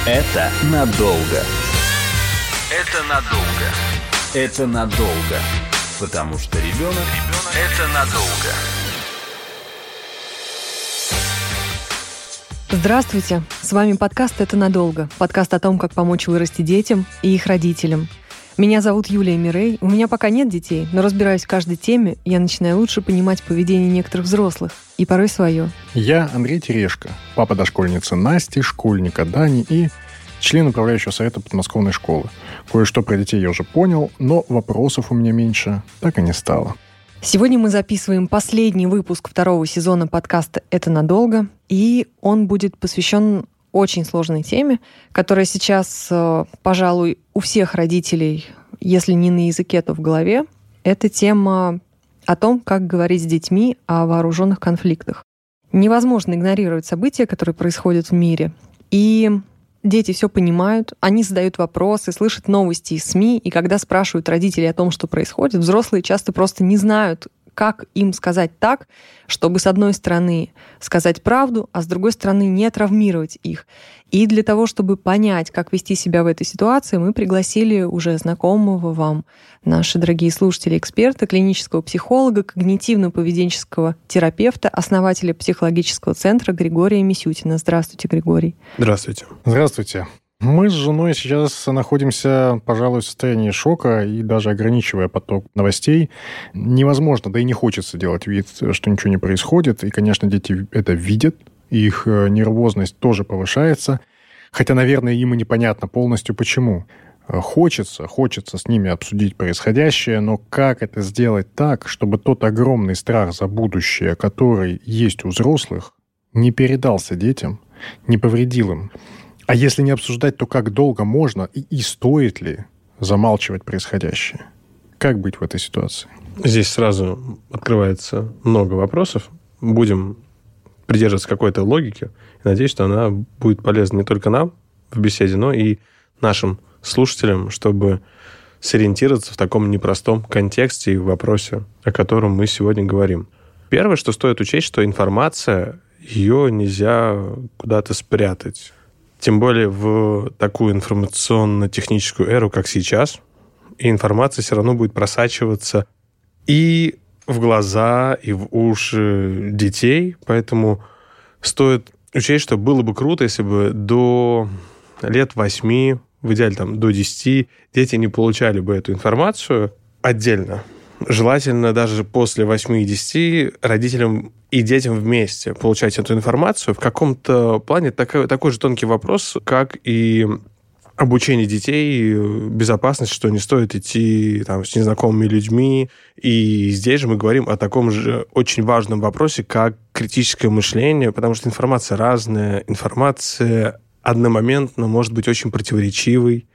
Это надолго. Это надолго. Это надолго. Потому что ребенок – это надолго. Здравствуйте! С вами подкаст «Это надолго». Подкаст о том, как помочь вырасти детям и их родителям. Меня зовут Юлия Мирей. У меня пока нет детей, но разбираюсь в каждой теме, я начинаю лучше понимать поведение некоторых взрослых. И порой свое. Я Андрей Терешко, папа дошкольницы Насти, школьника Дани и член управляющего совета подмосковной школы. Кое-что про детей я уже понял, но вопросов у меня меньше так и не стало. Сегодня мы записываем последний выпуск второго сезона подкаста «Это надолго», и он будет посвящен очень сложной теме, которая сейчас, пожалуй, у всех родителей, если не на языке, то в голове. Это тема о том, как говорить с детьми о вооруженных конфликтах. Невозможно игнорировать события, которые происходят в мире. И дети все понимают, они задают вопросы, слышат новости из СМИ, и когда спрашивают родителей о том, что происходит, взрослые часто просто не знают, как им сказать так, чтобы, с одной стороны, сказать правду, а с другой стороны, не травмировать их. И для того, чтобы понять, как вести себя в этой ситуации, мы пригласили уже знакомого вам, наши дорогие слушатели, эксперта, клинического психолога, когнитивно-поведенческого терапевта, основателя психологического центра Григория Мисютина. Здравствуйте, Григорий. Здравствуйте. Здравствуйте. Мы с женой сейчас находимся, пожалуй, в состоянии шока и даже ограничивая поток новостей. Невозможно, да и не хочется делать вид, что ничего не происходит. И, конечно, дети это видят, их нервозность тоже повышается. Хотя, наверное, им и непонятно полностью почему. Хочется с ними обсудить происходящее, но как это сделать так, чтобы тот огромный страх за будущее, который есть у взрослых, не передался детям, не повредил им? А если не обсуждать, то как долго можно и стоит ли замалчивать происходящее? Как быть в этой ситуации? Здесь сразу открывается много вопросов. Будем придерживаться какой-то логики. И надеюсь, что она будет полезна не только нам в беседе, но и нашим слушателям, чтобы сориентироваться в таком непростом контексте и в вопросе, о котором мы сегодня говорим. Первое, что стоит учесть, что информация, ее нельзя куда-то спрятать. Тем более в такую информационно-техническую эру, как сейчас, и информация все равно будет просачиваться и в глаза, и в уши детей. Поэтому стоит учесть, что было бы круто, если бы до лет 8, в идеале там, до 10, дети не получали бы эту информацию отдельно. Желательно даже после 8 и 10 родителям и детям вместе получать эту информацию. В каком-то плане такой же тонкий вопрос, как и обучение детей, безопасность, что не стоит идти там, с незнакомыми людьми. И здесь же мы говорим о таком же очень важном вопросе, как критическое мышление, потому что информация разная, информация одномоментно может быть очень противоречивой.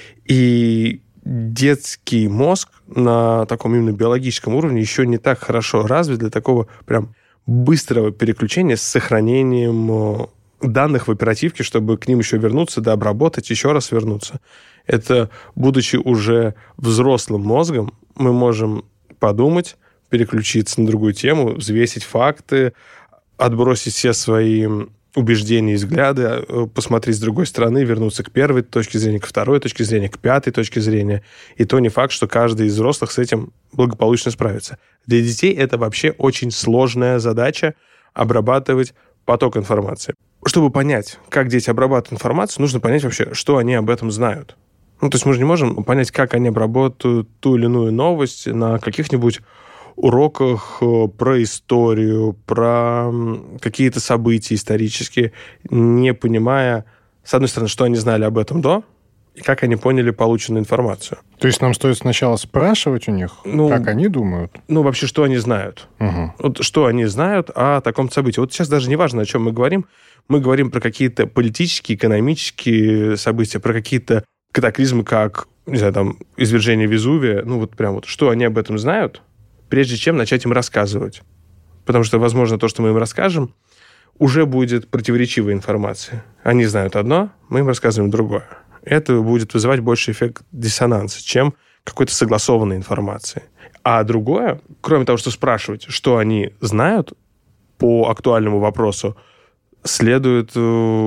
И детский мозг на таком именно биологическом уровне еще не так хорошо развит для такого прям быстрого переключения с сохранением данных в оперативке, чтобы к ним еще вернуться, да, обработать, еще раз вернуться. Это, будучи уже взрослым мозгом, мы можем подумать, переключиться на другую тему, взвесить факты, отбросить все свои убеждения и взгляды, посмотреть с другой стороны, вернуться к первой точке зрения, к второй точке зрения, к пятой точке зрения. И то не факт, что каждый из взрослых с этим благополучно справится. Для детей это вообще очень сложная задача обрабатывать поток информации. Чтобы понять, как дети обрабатывают информацию, нужно понять вообще, что они об этом знают. То есть мы же не можем понять, как они обработают ту или иную новость на каких-нибудь уроках про историю, про какие-то события исторические, не понимая, с одной стороны, что они знали об этом до, и как они поняли полученную информацию. То есть нам стоит сначала спрашивать у них, как они думают? Вообще, что они знают. Угу. Вот, что они знают о таком событии. Вот сейчас даже не важно, о чем мы говорим. Мы говорим про какие-то политические, экономические события, про какие-то катаклизмы, как, не знаю, там, извержение Везувия. Что они об этом знают, прежде чем начать им рассказывать. Потому что, возможно, то, что мы им расскажем, уже будет противоречивой информацией. Они знают одно, мы им рассказываем другое. Это будет вызывать больше эффект диссонанса, чем какой-то согласованной информации. А другое, кроме того, что спрашивать, что они знают по актуальному вопросу, следует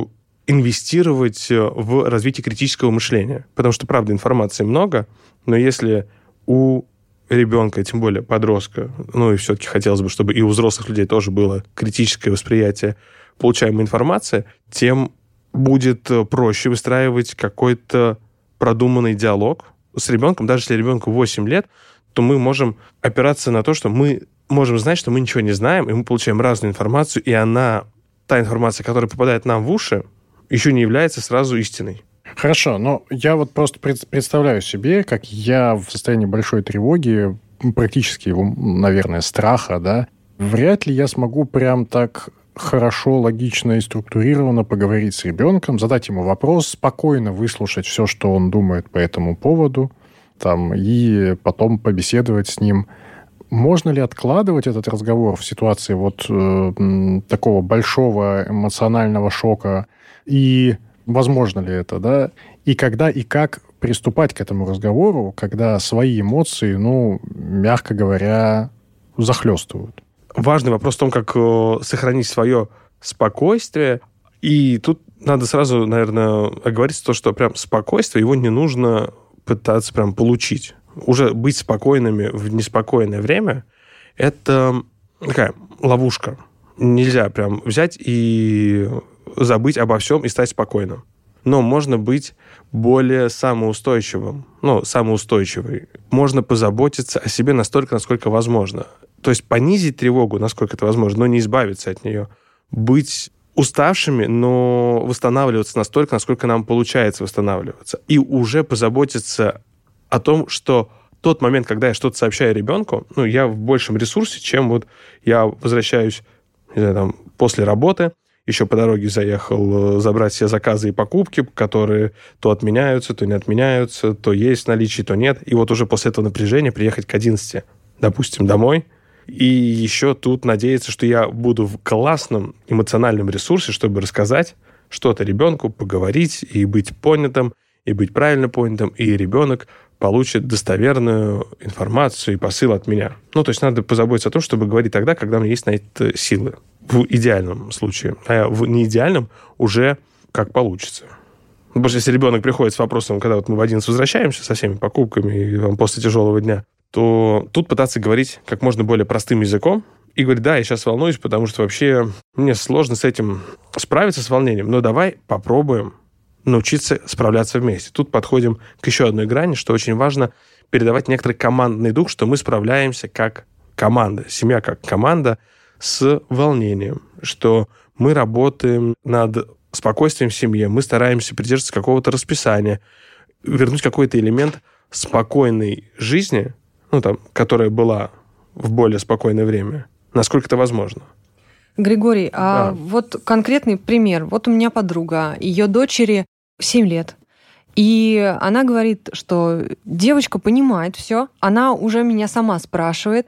инвестировать в развитие критического мышления. Потому что, правда, информации много, но если у ребенка, тем более подростка, ну и все-таки хотелось бы, чтобы и у взрослых людей тоже было критическое восприятие получаемой информации, тем будет проще выстраивать какой-то продуманный диалог с ребенком. Даже если ребенку 8 лет, то мы можем опираться на то, что мы можем знать, что мы ничего не знаем, и мы получаем разную информацию, и та информация, которая попадает нам в уши, еще не является сразу истиной. Хорошо, но я вот просто представляю себе, как я в состоянии большой тревоги, практически, наверное, страха, да, вряд ли я смогу прям так хорошо, логично и структурированно поговорить с ребенком, задать ему вопрос, спокойно выслушать все, что он думает по этому поводу, и потом побеседовать с ним. Можно ли откладывать этот разговор в ситуации такого большого эмоционального шока? И возможно ли это, да? И когда и как приступать к этому разговору, когда свои эмоции, мягко говоря, захлестывают? Важный вопрос в том, как сохранить свое спокойствие. И тут надо сразу, наверное, оговориться то, что прям спокойствие, его не нужно пытаться прям получить. Уже быть спокойными в неспокойное время – это такая ловушка. Нельзя прям взять и забыть обо всем и стать спокойным. Но можно быть более самоустойчивым, самоустойчивой. Можно позаботиться о себе настолько, насколько возможно. То есть понизить тревогу, насколько это возможно, но не избавиться от нее. Быть уставшими, но восстанавливаться настолько, насколько нам получается восстанавливаться. И уже позаботиться о том, что тот момент, когда я что-то сообщаю ребенку, я в большем ресурсе, чем я возвращаюсь, после работы, еще по дороге заехал забрать все заказы и покупки, которые то отменяются, то не отменяются, то есть в наличии, то нет. И уже после этого напряжения приехать к 11, допустим, домой, и еще тут надеяться, что я буду в классном эмоциональном ресурсе, чтобы рассказать что-то ребенку, поговорить и быть понятым, и быть правильно понятым, и ребенок получит достоверную информацию и посыл от меня. То есть надо позаботиться о том, чтобы говорить тогда, когда у меня есть на это силы. В идеальном случае. А в неидеальном уже как получится. Потому что если ребенок приходит с вопросом, когда мы в 11 возвращаемся со всеми покупками и после тяжелого дня, то тут пытаться говорить как можно более простым языком и говорить, да, я сейчас волнуюсь, потому что вообще мне сложно с этим справиться, с волнением, но давай попробуем научиться справляться вместе. Тут подходим к еще одной грани, что очень важно передавать некоторый командный дух, что мы справляемся как команда, семья как команда с волнением, что мы работаем над спокойствием в семье, мы стараемся придерживаться какого-то расписания, вернуть какой-то элемент спокойной жизни, которая была в более спокойное время, насколько это возможно. Григорий, вот конкретный пример. Вот у меня подруга, ее дочери 7 лет. И она говорит, что девочка понимает все, она уже меня сама спрашивает,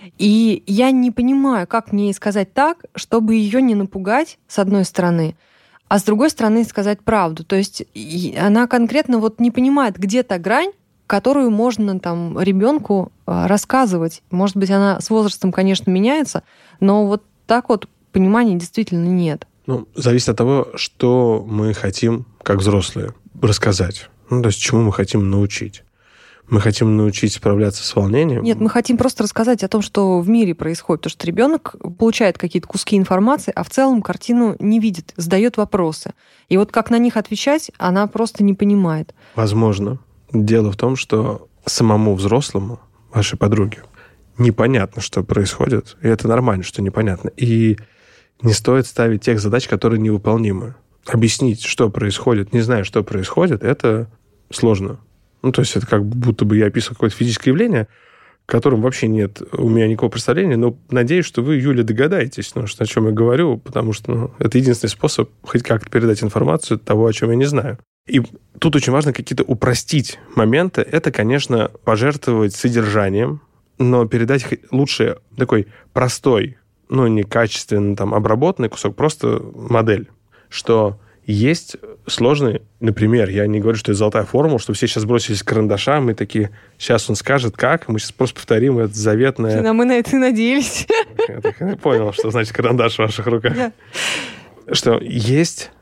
и я не понимаю, как мне ей сказать так, чтобы ее не напугать, с одной стороны, а с другой стороны сказать правду. То есть она конкретно не понимает, где та грань, которую можно ребенку рассказывать. Может быть, она с возрастом, конечно, меняется, но так понимания действительно нет. Зависит от того, что мы хотим, как взрослые, рассказать. То есть чему мы хотим научить. Мы хотим научить справляться с волнением. Нет, мы хотим просто рассказать о том, что в мире происходит. Потому что ребенок получает какие-то куски информации, а в целом картину не видит, задает вопросы. И как на них отвечать, она просто не понимает. Возможно. Дело в том, что самому взрослому, вашей подруге, непонятно, что происходит. И это нормально, что непонятно. И не стоит ставить тех задач, которые невыполнимы. Объяснить, что происходит, не зная, что происходит, это сложно. То есть это как будто бы я описываю какое-то физическое явление, о котором вообще нет у меня никакого представления, но надеюсь, что вы, Юля, догадаетесь, о чем я говорю, потому что это единственный способ хоть как-то передать информацию того, о чем я не знаю. И тут очень важно какие-то упростить моменты. Это, конечно, пожертвовать содержанием, но передать лучше такой простой, некачественно обработанный кусок, просто модель, что есть сложный, например, я не говорю, что это золотая формула, что все сейчас бросились к карандашам и такие, сейчас он скажет как, мы сейчас просто повторим это заветное... Мы на это и надеялись. Я понял, что значит карандаш в ваших руках. Да. Что есть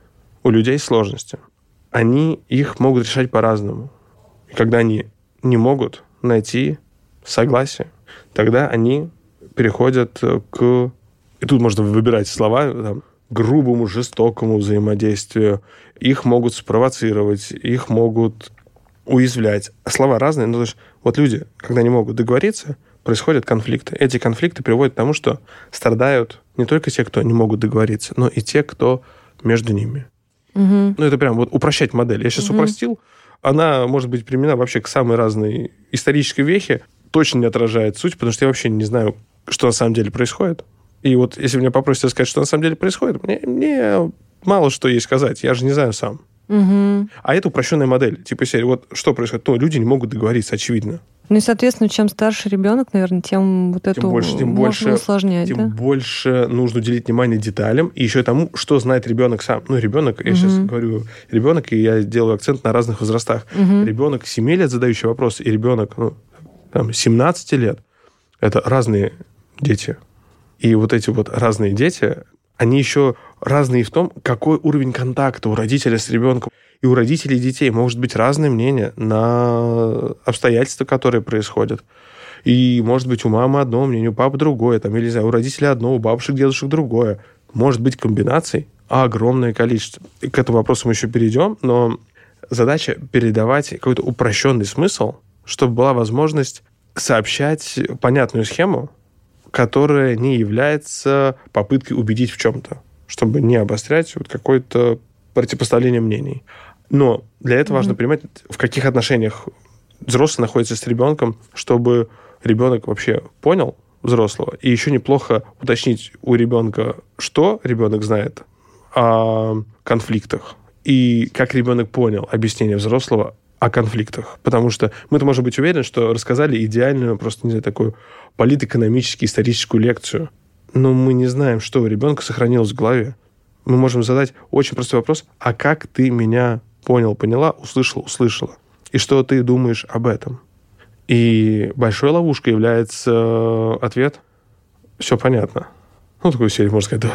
у людей сложности. Они их могут решать по-разному. И когда они не могут найти согласие, тогда они переходят к... И тут можно выбирать слова, там, грубому, жестокому взаимодействию. Их могут спровоцировать, их могут уязвлять. Слова разные, но вот люди, когда не могут договориться, происходят конфликты. Эти конфликты приводят к тому, что страдают не только те, кто не могут договориться, но и те, кто между ними. Ну, это прям вот упрощать модель. Я сейчас упростил. Она может быть применена вообще к самой разной исторической вехе. Точно не отражает суть, потому что я вообще не знаю, что на самом деле происходит. И вот если меня попросят сказать, что на самом деле происходит, мне мало что есть сказать. Я же не знаю сам. А это упрощенная модель. Типа серии, вот что происходит? То люди не могут договориться, очевидно. Ну и, соответственно, чем старше ребенок, наверное, тем вот это можно усложнять. Тем больше нужно уделить внимание деталям и еще тому, что знает ребенок сам. Ну, ребенок, я сейчас говорю ребенок, и я делаю акцент на разных возрастах. Ребенок 7 лет, задающий вопросы, и ребенок 17 лет. Это разные дети. И вот эти вот разные дети, они еще разные в том, какой уровень контакта у родителя с ребенком. И у родителей и детей может быть разное мнение на обстоятельства, которые происходят. И может быть у мамы одно мнение, у папы другое, там, или, не знаю, у родителей одно, у бабушек, дедушек другое. Может быть комбинаций огромное количество. И к этому вопросу мы еще перейдем, но задача передавать какой-то упрощенный смысл, чтобы была возможность сообщать понятную схему, которая не является попыткой убедить в чем-то, чтобы не обострять вот какое-то противопоставление мнений. Но для этого важно понимать, в каких отношениях взрослый находится с ребенком, чтобы ребенок вообще понял взрослого. И еще неплохо уточнить у ребенка, что ребенок знает о конфликтах, и как ребенок понял объяснение взрослого о конфликтах. Потому что мы-то можем быть уверены, что рассказали идеальную, просто, не знаю, такую политэкономическую, историческую лекцию. Но мы не знаем, что у ребенка сохранилось в голове. Мы можем задать очень простой вопрос: а как ты меня понял, поняла, услышал, услышала? И что ты думаешь об этом? И большой ловушкой является ответ: все понятно. Ну, такую серию можно сказать: да,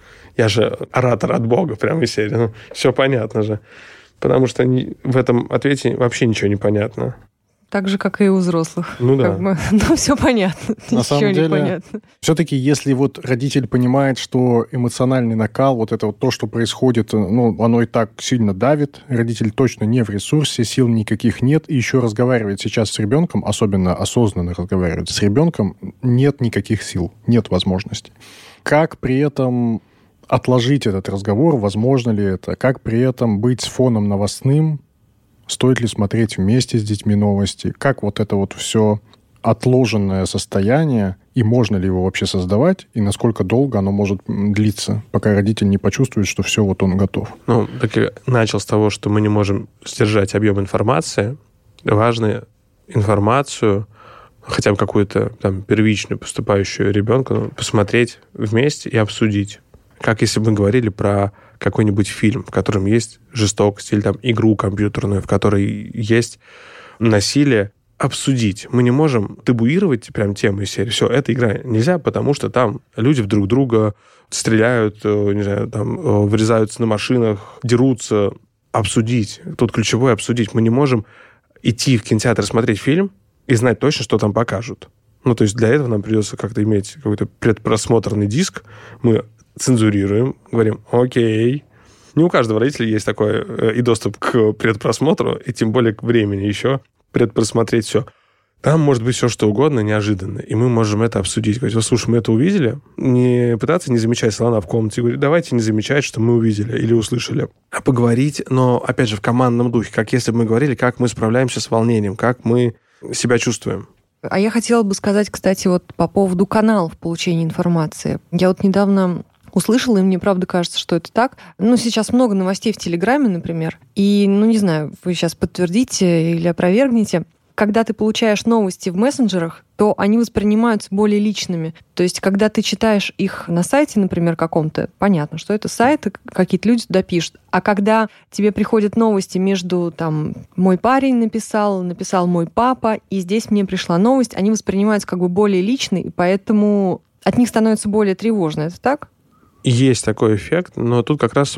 я же оратор от Бога, прямо из серии. Ну, все понятно же. Потому что в этом ответе вообще ничего не понятно. Так же, как и у взрослых. Ну да. Ну, все понятно. На самом деле, все-таки, если вот родитель понимает, что эмоциональный накал, вот это вот то, что происходит, ну, оно и так сильно давит, родитель точно не в ресурсе, сил никаких нет, и еще разговаривать сейчас с ребенком, особенно осознанно разговаривать с ребенком, нет никаких сил, нет возможности. Как при этом отложить этот разговор, возможно ли это? Как при этом быть с фоном новостным? Стоит ли смотреть вместе с детьми новости? Как вот это вот все отложенное состояние, и можно ли его вообще создавать, и насколько долго оно может длиться, пока родитель не почувствует, что все, вот он готов? Ну, так я начал с того, что мы не можем сдержать объем информации. Важно информацию, хотя бы какую-то там первичную, поступающую ребенку, посмотреть вместе и обсудить. Как если бы мы говорили про какой-нибудь фильм, в котором есть жестокость, или там игру компьютерную, в которой есть насилие, обсудить. Мы не можем табуировать прям тему из серии. Все, эта игра нельзя, потому что там люди в друг друга стреляют, не знаю, там врезаются на машинах, дерутся. Обсудить. Тут ключевое — обсудить. Мы не можем идти в кинотеатр смотреть фильм и знать точно, что там покажут. Ну, то есть для этого нам придется как-то иметь какой-то предпросмотрный диск. Мы цензурируем, говорим: окей. Не у каждого родителя есть такой и доступ к предпросмотру, и тем более к времени еще предпросмотреть все. Там может быть все, что угодно, неожиданно, и мы можем это обсудить. Говорить: слушай, мы это увидели. Не пытаться не замечать слона в комнате. Говорить: давайте не замечать, что мы увидели или услышали. А поговорить, но, опять же, в командном духе, как если бы мы говорили, как мы справляемся с волнением, как мы себя чувствуем. А я хотела бы сказать, кстати, вот по поводу каналов получения информации. Я вот недавно услышала, и мне правда кажется, что это так. Ну, сейчас много новостей в Телеграме, например. И, ну, не знаю, вы сейчас подтвердите или опровергнете. Когда ты получаешь новости в мессенджерах, то они воспринимаются более личными. То есть, когда ты читаешь их на сайте, например, каком-то, понятно, что это сайт, какие-то люди туда пишут. А когда тебе приходят новости между, там, мой парень написал мой папа, и здесь мне пришла новость, они воспринимаются как бы более личные, и поэтому от них становится более тревожно. Это так? Есть такой эффект, но тут как раз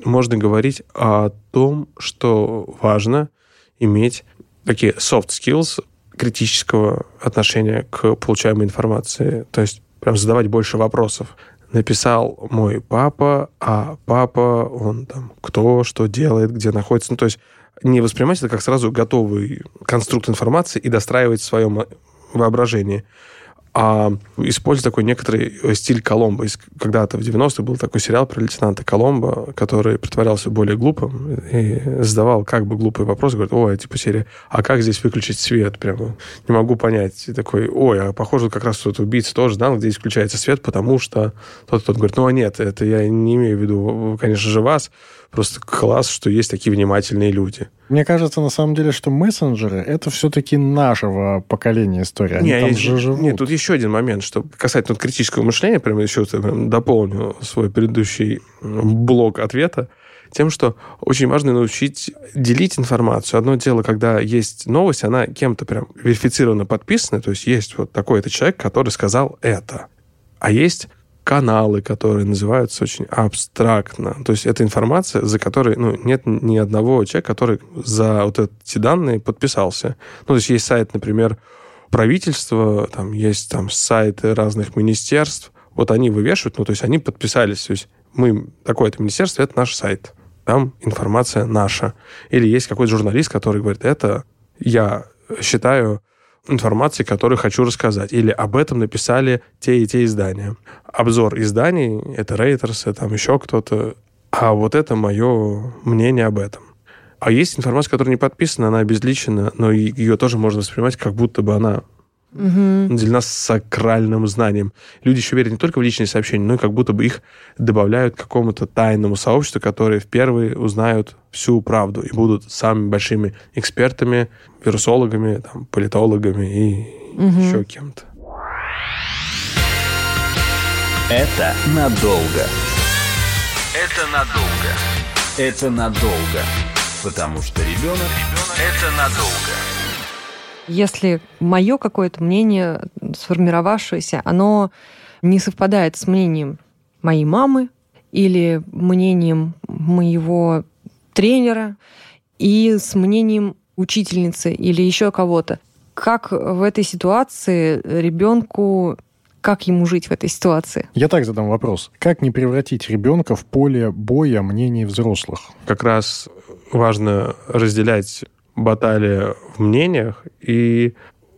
можно говорить о том, что важно иметь такие soft skills критического отношения к получаемой информации. То есть прям задавать больше вопросов. Написал мой папа, а папа, он там кто, что делает, где находится. Ну, то есть не воспринимать это как сразу готовый конструкт информации и достраивать в своем воображении, а использовать такой некоторый стиль Коломбо. Когда-то в 90-х был такой сериал про лейтенанта Коломбо, который притворялся более глупым и задавал как бы глупые вопросы. Говорит, ой, типа серия, а как здесь выключить свет? Прямо не могу понять. И такой, ой, а похоже, как раз тот убийца тоже знал, где включается свет, потому что тот говорит, ну, а нет, это я не имею в виду, конечно же, вас. Просто класс, что есть такие внимательные люди. Мне кажется, на самом деле, что мессенджеры — это все-таки нашего поколения история. Они там же живут. Нет, тут еще один момент, что касательно критического мышления, прямо еще дополню свой предыдущий блок ответа тем, что очень важно научить делить информацию. Одно дело, когда есть новость, она кем-то прям верифицированно подписана, то есть есть вот такой-то человек, который сказал это. А есть каналы, которые называются очень абстрактно. То есть это информация, за которой нет ни одного человека, который за вот эти данные подписался. Ну, то есть есть сайт, например, правительства, там есть там сайты разных министерств. Вот они вывешивают, то есть они подписались. То есть мы, такое-то министерство, это наш сайт. Там информация наша. Или есть какой-то журналист, который говорит, это я считаю информации, которую хочу рассказать. Или об этом написали те и те издания. Обзор изданий — это Reuters, это там еще кто-то. А вот это мое мнение об этом. А есть информация, которая не подписана, она обезличена, но ее тоже можно воспринимать, как будто бы она наделена сакральным знанием. Люди еще верят не только в личные сообщения, но и как будто бы их добавляют к какому-то тайному сообществу, которые впервые узнают всю правду и будут самыми большими экспертами, вирусологами, там, политологами и еще кем-то. Это надолго. Это надолго. Это надолго. Потому что ребенок — это надолго. Если мое какое-то мнение, сформировавшееся, оно не совпадает с мнением моей мамы или мнением моего тренера и с мнением учительницы или еще кого-то, как в этой ситуации ребенку, как ему жить в этой ситуации? Я так задам вопрос. Как не превратить ребенка в поле боя мнений взрослых? Как раз важно разделять баталии в мнениях и,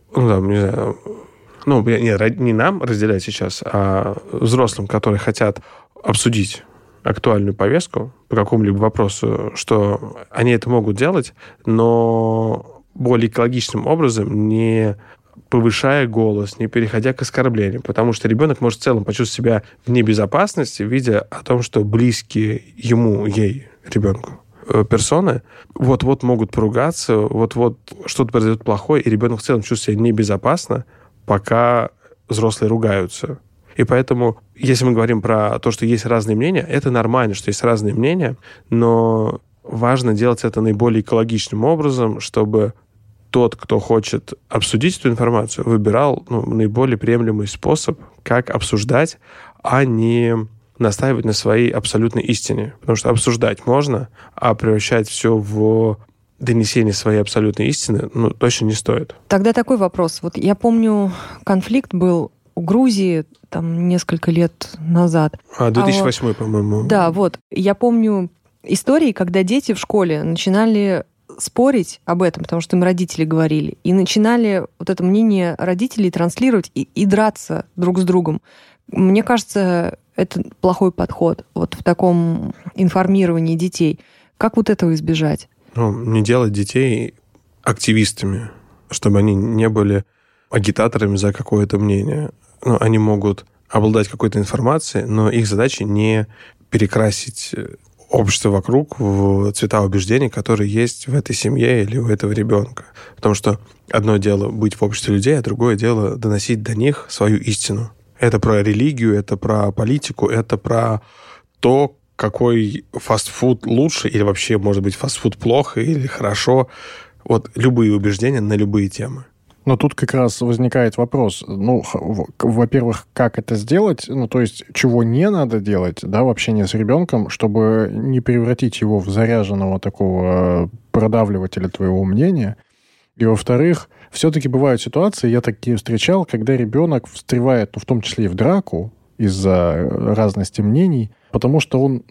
не нам разделять сейчас, а взрослым, которые хотят обсудить актуальную повестку по какому-либо вопросу, что они это могут делать, но более экологичным образом, не повышая голос, не переходя к оскорблениям, потому что ребенок может в целом почувствовать себя в небезопасности, видя о том, что близкие ему, ей, ребенку, персоны вот-вот могут поругаться, вот-вот что-то произойдет плохое, и ребенок в целом чувствует себя небезопасно, пока взрослые ругаются. И поэтому, если мы говорим про то, что есть разные мнения, это нормально, что есть разные мнения, но важно делать это наиболее экологичным образом, чтобы тот, кто хочет обсудить эту информацию, выбирал наиболее приемлемый способ, как обсуждать, а не настаивать на своей абсолютной истине. Потому что обсуждать можно, а превращать все в донесение своей абсолютной истины точно не стоит. Тогда такой вопрос. Вот я помню, конфликт был у Грузии там несколько лет назад. 2008, по-моему. Да, вот. Я помню истории, когда дети в школе начинали спорить об этом, потому что им родители говорили, и начинали вот это мнение родителей транслировать и драться друг с другом. Мне кажется, это плохой подход вот в таком информировании детей. Как вот этого избежать? Не делать детей активистами, чтобы они не были агитаторами за какое-то мнение. Они могут обладать какой-то информацией, но их задача не перекрасить общество вокруг в цвета убеждений, которые есть в этой семье или у этого ребенка. Потому что одно дело быть в обществе людей, а другое дело доносить до них свою истину. Это про религию, это про политику, это про то, какой фастфуд лучше, или вообще, может быть, фастфуд плохо или хорошо. Вот любые убеждения на любые темы. Но тут как раз возникает вопрос, во-первых, как это сделать, то есть чего не надо делать, да, в общении с ребенком, чтобы не превратить его в заряженного такого продавливателя твоего мнения. И, во-вторых, все-таки бывают ситуации, я такие встречал, когда ребенок встревает, в том числе и в драку, из-за разности мнений, потому что он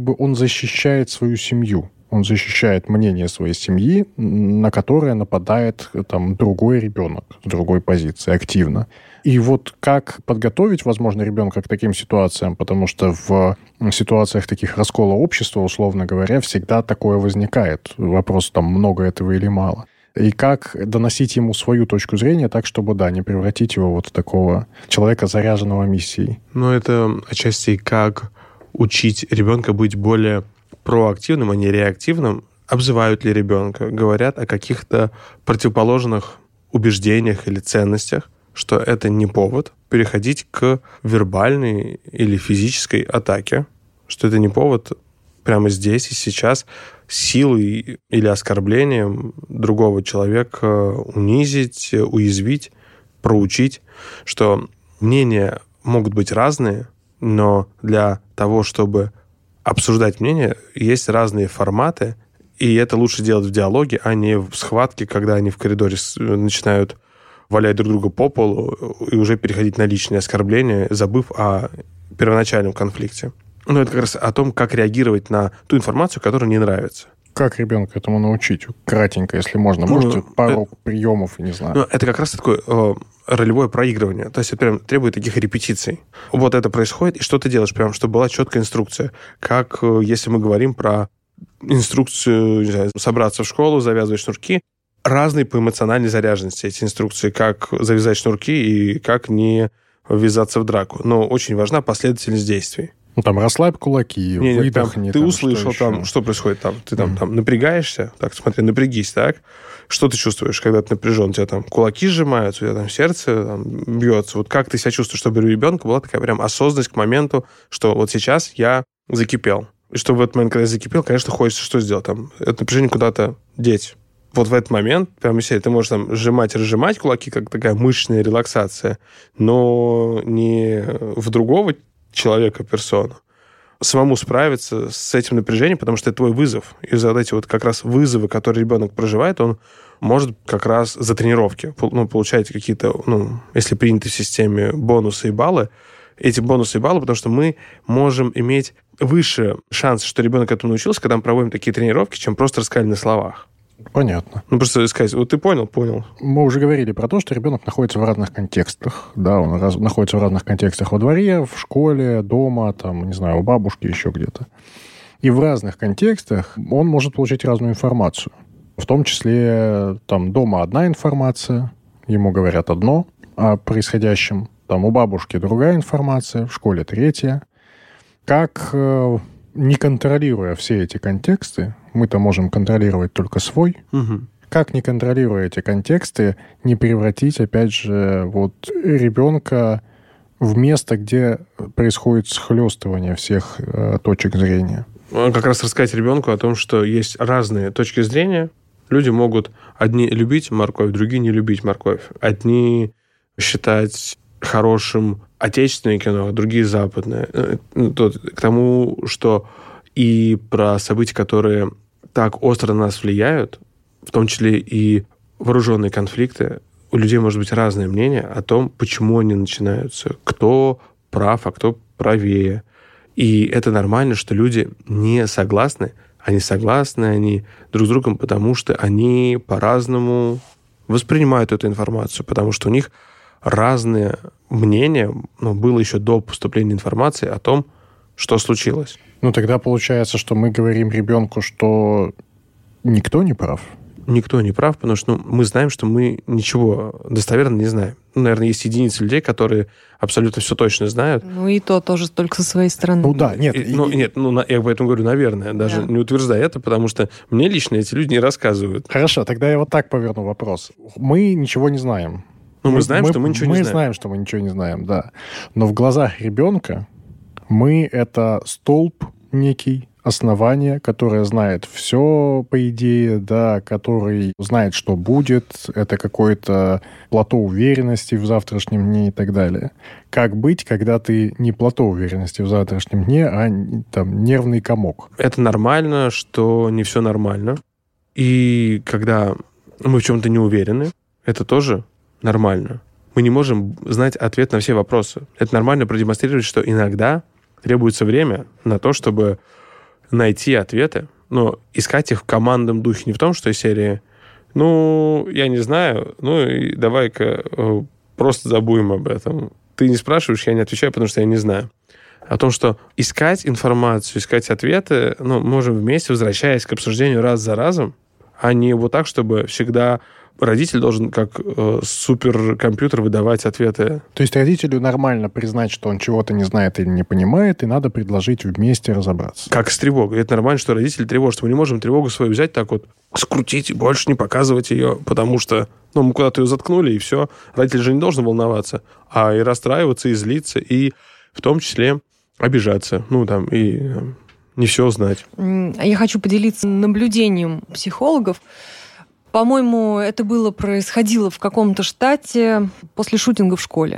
защищает свою семью. Он защищает мнение своей семьи, на которое нападает другой ребенок с другой позиции активно. И вот как подготовить, возможно, ребенка к таким ситуациям, потому что в ситуациях таких раскола общества, условно говоря, всегда такое возникает. Вопрос, много этого или мало. И как доносить ему свою точку зрения так, чтобы, не превратить его в такого человека, заряженного миссией. Это отчасти как учить ребенка быть более проактивным, а не реактивным. Обзывают ли ребенка, говорят о каких-то противоположных убеждениях или ценностях, что это не повод переходить к вербальной или физической атаке, что это не повод прямо здесь и сейчас силой или оскорблением другого человека унизить, уязвить, проучить, что мнения могут быть разные, но для того, чтобы обсуждать мнения, есть разные форматы, и это лучше делать в диалоге, а не в схватке, когда они в коридоре начинают валять друг друга по полу и уже переходить на личные оскорбления, забыв о первоначальном конфликте. Это как раз о том, как реагировать на ту информацию, которая не нравится. Как ребенка этому научить? Кратенько, если можно. Можете пару приемов, не знаю. Это как раз такое ролевое проигрывание. То есть это прям требует таких репетиций. Вот это происходит, и что ты делаешь, прям, чтобы была четкая инструкция. Как если мы говорим про инструкцию, не знаю, собраться в школу, завязывать шнурки. Разные по эмоциональной заряженности эти инструкции. Как завязать шнурки и как не ввязаться в драку. Но очень важна последовательность действий. Расслабь кулаки, выдохни. Ты услышал, что происходит там. Ты там напрягаешься. Так, смотри, напрягись, так. Что ты чувствуешь, когда ты напряжен? У тебя кулаки сжимаются, у тебя сердце бьется. Вот как ты себя чувствуешь, чтобы у ребенка была такая прям осознанность к моменту, что вот сейчас я закипел. И чтобы в этот момент, когда я закипел, конечно, хочется что сделать? Это напряжение куда-то деть. Вот в этот момент, прямо если ты можешь сжимать и разжимать кулаки, как такая мышечная релаксация, но не в другого человека, персону, самому справиться с этим напряжением, потому что это твой вызов. И за эти как раз вызовы, которые ребенок проживает, он может как раз за тренировки получать какие-то, если приняты в системе бонусы и баллы, эти бонусы и баллы, потому что мы можем иметь выше шанс, что ребенок этому научился, когда мы проводим такие тренировки, чем просто рассказали на словах. Понятно. Просто сказать, вот ты понял? Мы уже говорили про то, что ребенок находится в разных контекстах. Да, он находится в разных контекстах во дворе, в школе, дома, у бабушки, еще где-то. И в разных контекстах он может получить разную информацию. В том числе дома одна информация, ему говорят одно о происходящем. У бабушки другая информация, в школе третья. Как, не контролируя все эти контексты, мы-то можем контролировать только свой. Угу. Как, не контролируя эти контексты, не превратить, опять же, ребенка в место, где происходит схлестывание всех точек зрения? Как раз рассказать ребенку о том, что есть разные точки зрения. Люди могут одни любить морковь, другие не любить морковь. Одни считать хорошим отечественное кино, другие западное. К тому, что и про события, которые так остро на нас влияют, в том числе и вооруженные конфликты, у людей может быть разное мнение о том, почему они начинаются, кто прав, а кто правее. И это нормально, что люди не согласны. Они согласны, они друг с другом, потому что они по-разному воспринимают эту информацию, потому что у них разные мнения, было еще до поступления информации о том, что случилось. Тогда получается, что мы говорим ребенку, что никто не прав. Никто не прав, потому что мы знаем, что мы ничего достоверно не знаем. Наверное, есть единицы людей, которые абсолютно все точно знают. И то тоже только со своей стороны. Нет. Я поэтому говорю, наверное, даже не утверждая это, потому что мне лично эти люди не рассказывают. Хорошо, тогда я так поверну вопрос. Мы ничего не знаем. Мы знаем, что мы ничего не знаем. Мы знаем, что мы ничего не знаем, да. Но в глазах ребенка мы — это столб некий, основание, которое знает все, по идее, да, который знает, что будет, это какое-то плато уверенности в завтрашнем дне и так далее. Как быть, когда ты не плато уверенности в завтрашнем дне, а там нервный комок? Это нормально, что не все нормально. И когда мы в чем-то не уверены, это тоже нормально. Мы не можем знать ответ на все вопросы. Это нормально продемонстрировать, что иногда требуется время на то, чтобы найти ответы, но искать их в командном духе, не в том, что из серии я не знаю, и давай-ка просто забудем об этом. Ты не спрашиваешь, я не отвечаю, потому что я не знаю. О том, что искать информацию, искать ответы, можем вместе, возвращаясь к обсуждению раз за разом, а не вот так, чтобы всегда родитель должен как суперкомпьютер выдавать ответы. То есть родителю нормально признать, что он чего-то не знает или не понимает, и надо предложить вместе разобраться. Как с тревогой. Это нормально, что родители тревожатся. Мы не можем тревогу свою взять так вот, скрутить и больше не показывать ее, потому что мы куда-то ее заткнули, и все. Родитель же не должен волноваться, а и расстраиваться, и злиться, и в том числе обижаться. И не все знать. Я хочу поделиться наблюдением психологов. По-моему, это происходило в каком-то штате после шутинга в школе.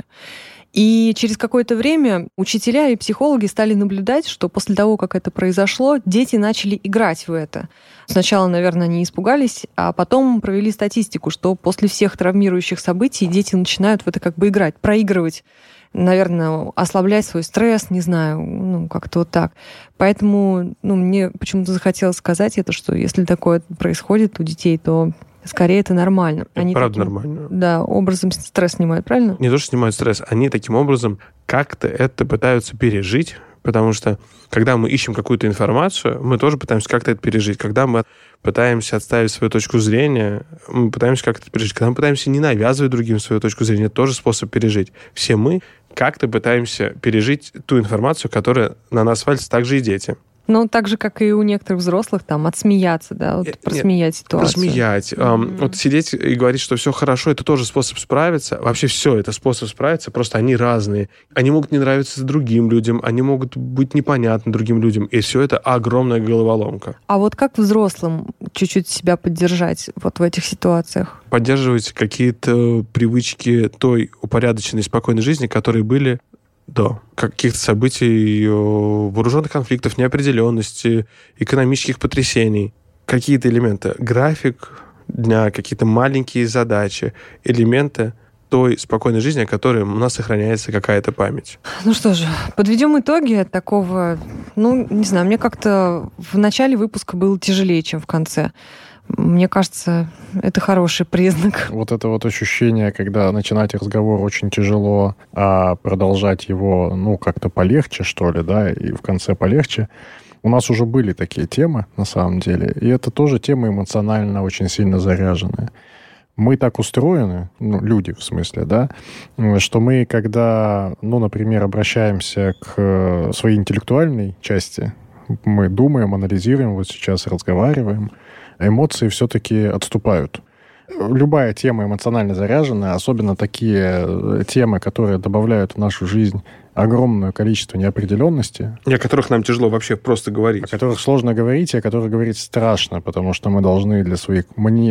И через какое-то время учителя и психологи стали наблюдать, что после того, как это произошло, дети начали играть в это. Сначала, наверное, они испугались, а потом провели статистику, что после всех травмирующих событий дети начинают в это как бы играть, проигрывать, наверное, ослаблять свой стресс, не знаю, как-то вот так. Поэтому мне почему-то захотелось сказать это, что если такое происходит у детей, то скорее это нормально. Это правда нормально. Да, образом стресс снимают, правильно? Не то, что снимают стресс, они таким образом как-то это пытаются пережить, потому что когда мы ищем какую-то информацию, мы тоже пытаемся как-то это пережить. Когда мы пытаемся отставить свою точку зрения, мы пытаемся как-то это пережить. Когда мы пытаемся не навязывать другим свою точку зрения, это тоже способ пережить. Все мы как-то пытаемся пережить ту информацию, которая на нас валится, также и дети. Так же, как и у некоторых взрослых, отсмеяться, да, просмеять ситуацию. Просмеять. Вот сидеть и говорить, что все хорошо, это тоже способ справиться. Вообще все это способ справиться, просто они разные. Они могут не нравиться другим людям, они могут быть непонятны другим людям, и все это огромная головоломка. А вот как взрослым чуть-чуть себя поддержать в этих ситуациях? Поддерживать какие-то привычки той упорядоченной, спокойной жизни, которые были до каких-то событий, вооруженных конфликтов, неопределенности, экономических потрясений. Какие-то элементы. График дня, какие-то маленькие задачи, элементы той спокойной жизни, о которой у нас сохраняется какая-то память. Что же, подведем итоги такого... не знаю, мне как-то в начале выпуска было тяжелее, чем в конце. Мне кажется, это хороший признак. Вот это ощущение, когда начинать разговор очень тяжело, а продолжать его, как-то полегче, что ли, да, и в конце полегче. У нас уже были такие темы, на самом деле, и это тоже темы эмоционально очень сильно заряженные. Мы так устроены, люди в смысле, да, что мы, когда, например, обращаемся к своей интеллектуальной части, мы думаем, анализируем, вот сейчас разговариваем, эмоции все-таки отступают. Любая тема эмоционально заряженная, особенно такие темы, которые добавляют в нашу жизнь огромное количество неопределенности. И о которых нам тяжело вообще просто говорить. О которых сложно говорить, и о которых говорить страшно, потому что мы должны для своих...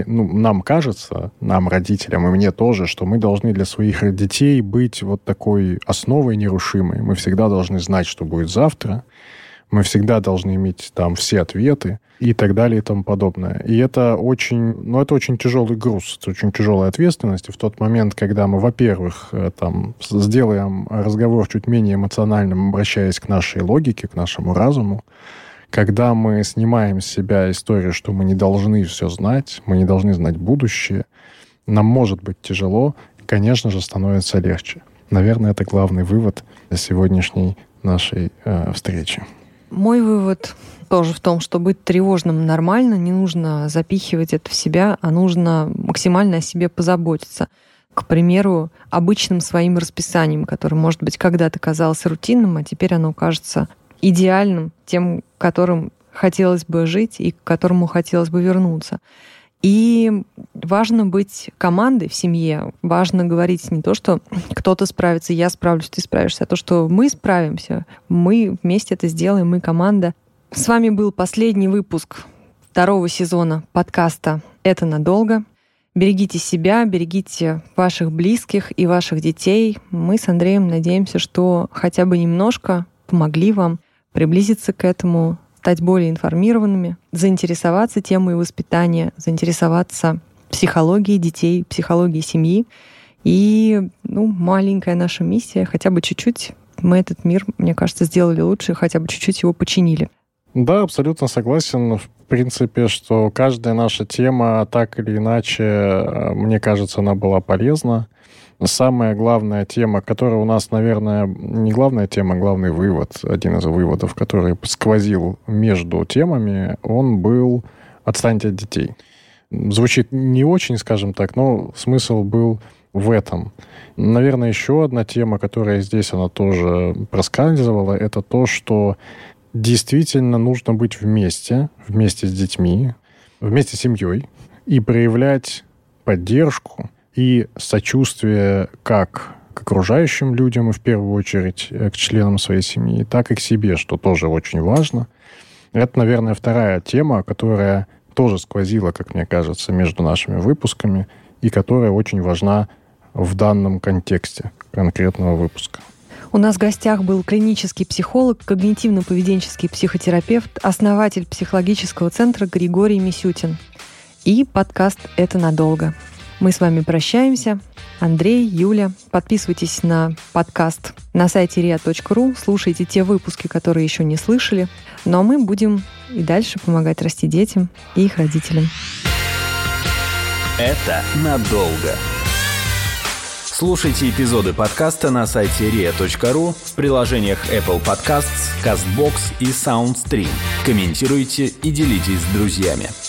нам кажется, нам, родителям, и мне тоже, что мы должны для своих детей быть вот такой основой нерушимой. Мы всегда должны знать, что будет завтра. Мы всегда должны иметь там все ответы и так далее и тому подобное. И это очень тяжелый груз, это очень тяжелая ответственность. И в тот момент, когда мы, во-первых, сделаем разговор чуть менее эмоциональным, обращаясь к нашей логике, к нашему разуму, когда мы снимаем с себя историю, что мы не должны все знать, мы не должны знать будущее, нам может быть тяжело, конечно же, становится легче. Наверное, это главный вывод сегодняшней нашей встречи. Мой вывод тоже в том, что быть тревожным нормально, не нужно запихивать это в себя, а нужно максимально о себе позаботиться. К примеру, обычным своим расписанием, которое, может быть, когда-то казалось рутинным, а теперь оно кажется идеальным, тем, которым хотелось бы жить и к которому хотелось бы вернуться. И важно быть командой в семье. Важно говорить не то, что кто-то справится, я справлюсь, ты справишься, а то, что мы справимся, мы вместе это сделаем, мы команда. С вами был последний выпуск второго сезона подкаста «Это надолго». Берегите себя, берегите ваших близких и ваших детей. Мы с Андреем надеемся, что хотя бы немножко помогли вам приблизиться к этому, стать более информированными, заинтересоваться темой воспитания, заинтересоваться психологией детей, психологией семьи. И маленькая наша миссия, хотя бы чуть-чуть, мы этот мир, мне кажется, сделали лучше, хотя бы чуть-чуть его починили. Да, абсолютно согласен. В принципе, что каждая наша тема, так или иначе, мне кажется, она была полезна. Самая главная тема, которая у нас, наверное, не главная тема, а главный вывод, один из выводов, который сквозил между темами, он был «Отстаньте от детей». Звучит не очень, скажем так, но смысл был в этом. Наверное, еще одна тема, которая здесь, она тоже проскальзывала, это то, что действительно нужно быть вместе с детьми, вместе с семьей и проявлять поддержку и сочувствие как к окружающим людям и в первую очередь к членам своей семьи, так и к себе, что тоже очень важно. Это, наверное, вторая тема, которая тоже сквозила, как мне кажется, между нашими выпусками и которая очень важна в данном контексте конкретного выпуска. У нас в гостях был клинический психолог, когнитивно-поведенческий психотерапевт, основатель психологического центра Григорий Мисютин. И подкаст «Это надолго». Мы с вами прощаемся. Андрей, Юля, подписывайтесь на подкаст на сайте ria.ru, слушайте те выпуски, которые еще не слышали. Ну а мы будем и дальше помогать расти детям и их родителям. Это надолго. Слушайте эпизоды подкаста на сайте ria.ru, в приложениях Apple Podcasts, CastBox и SoundStream. Комментируйте и делитесь с друзьями.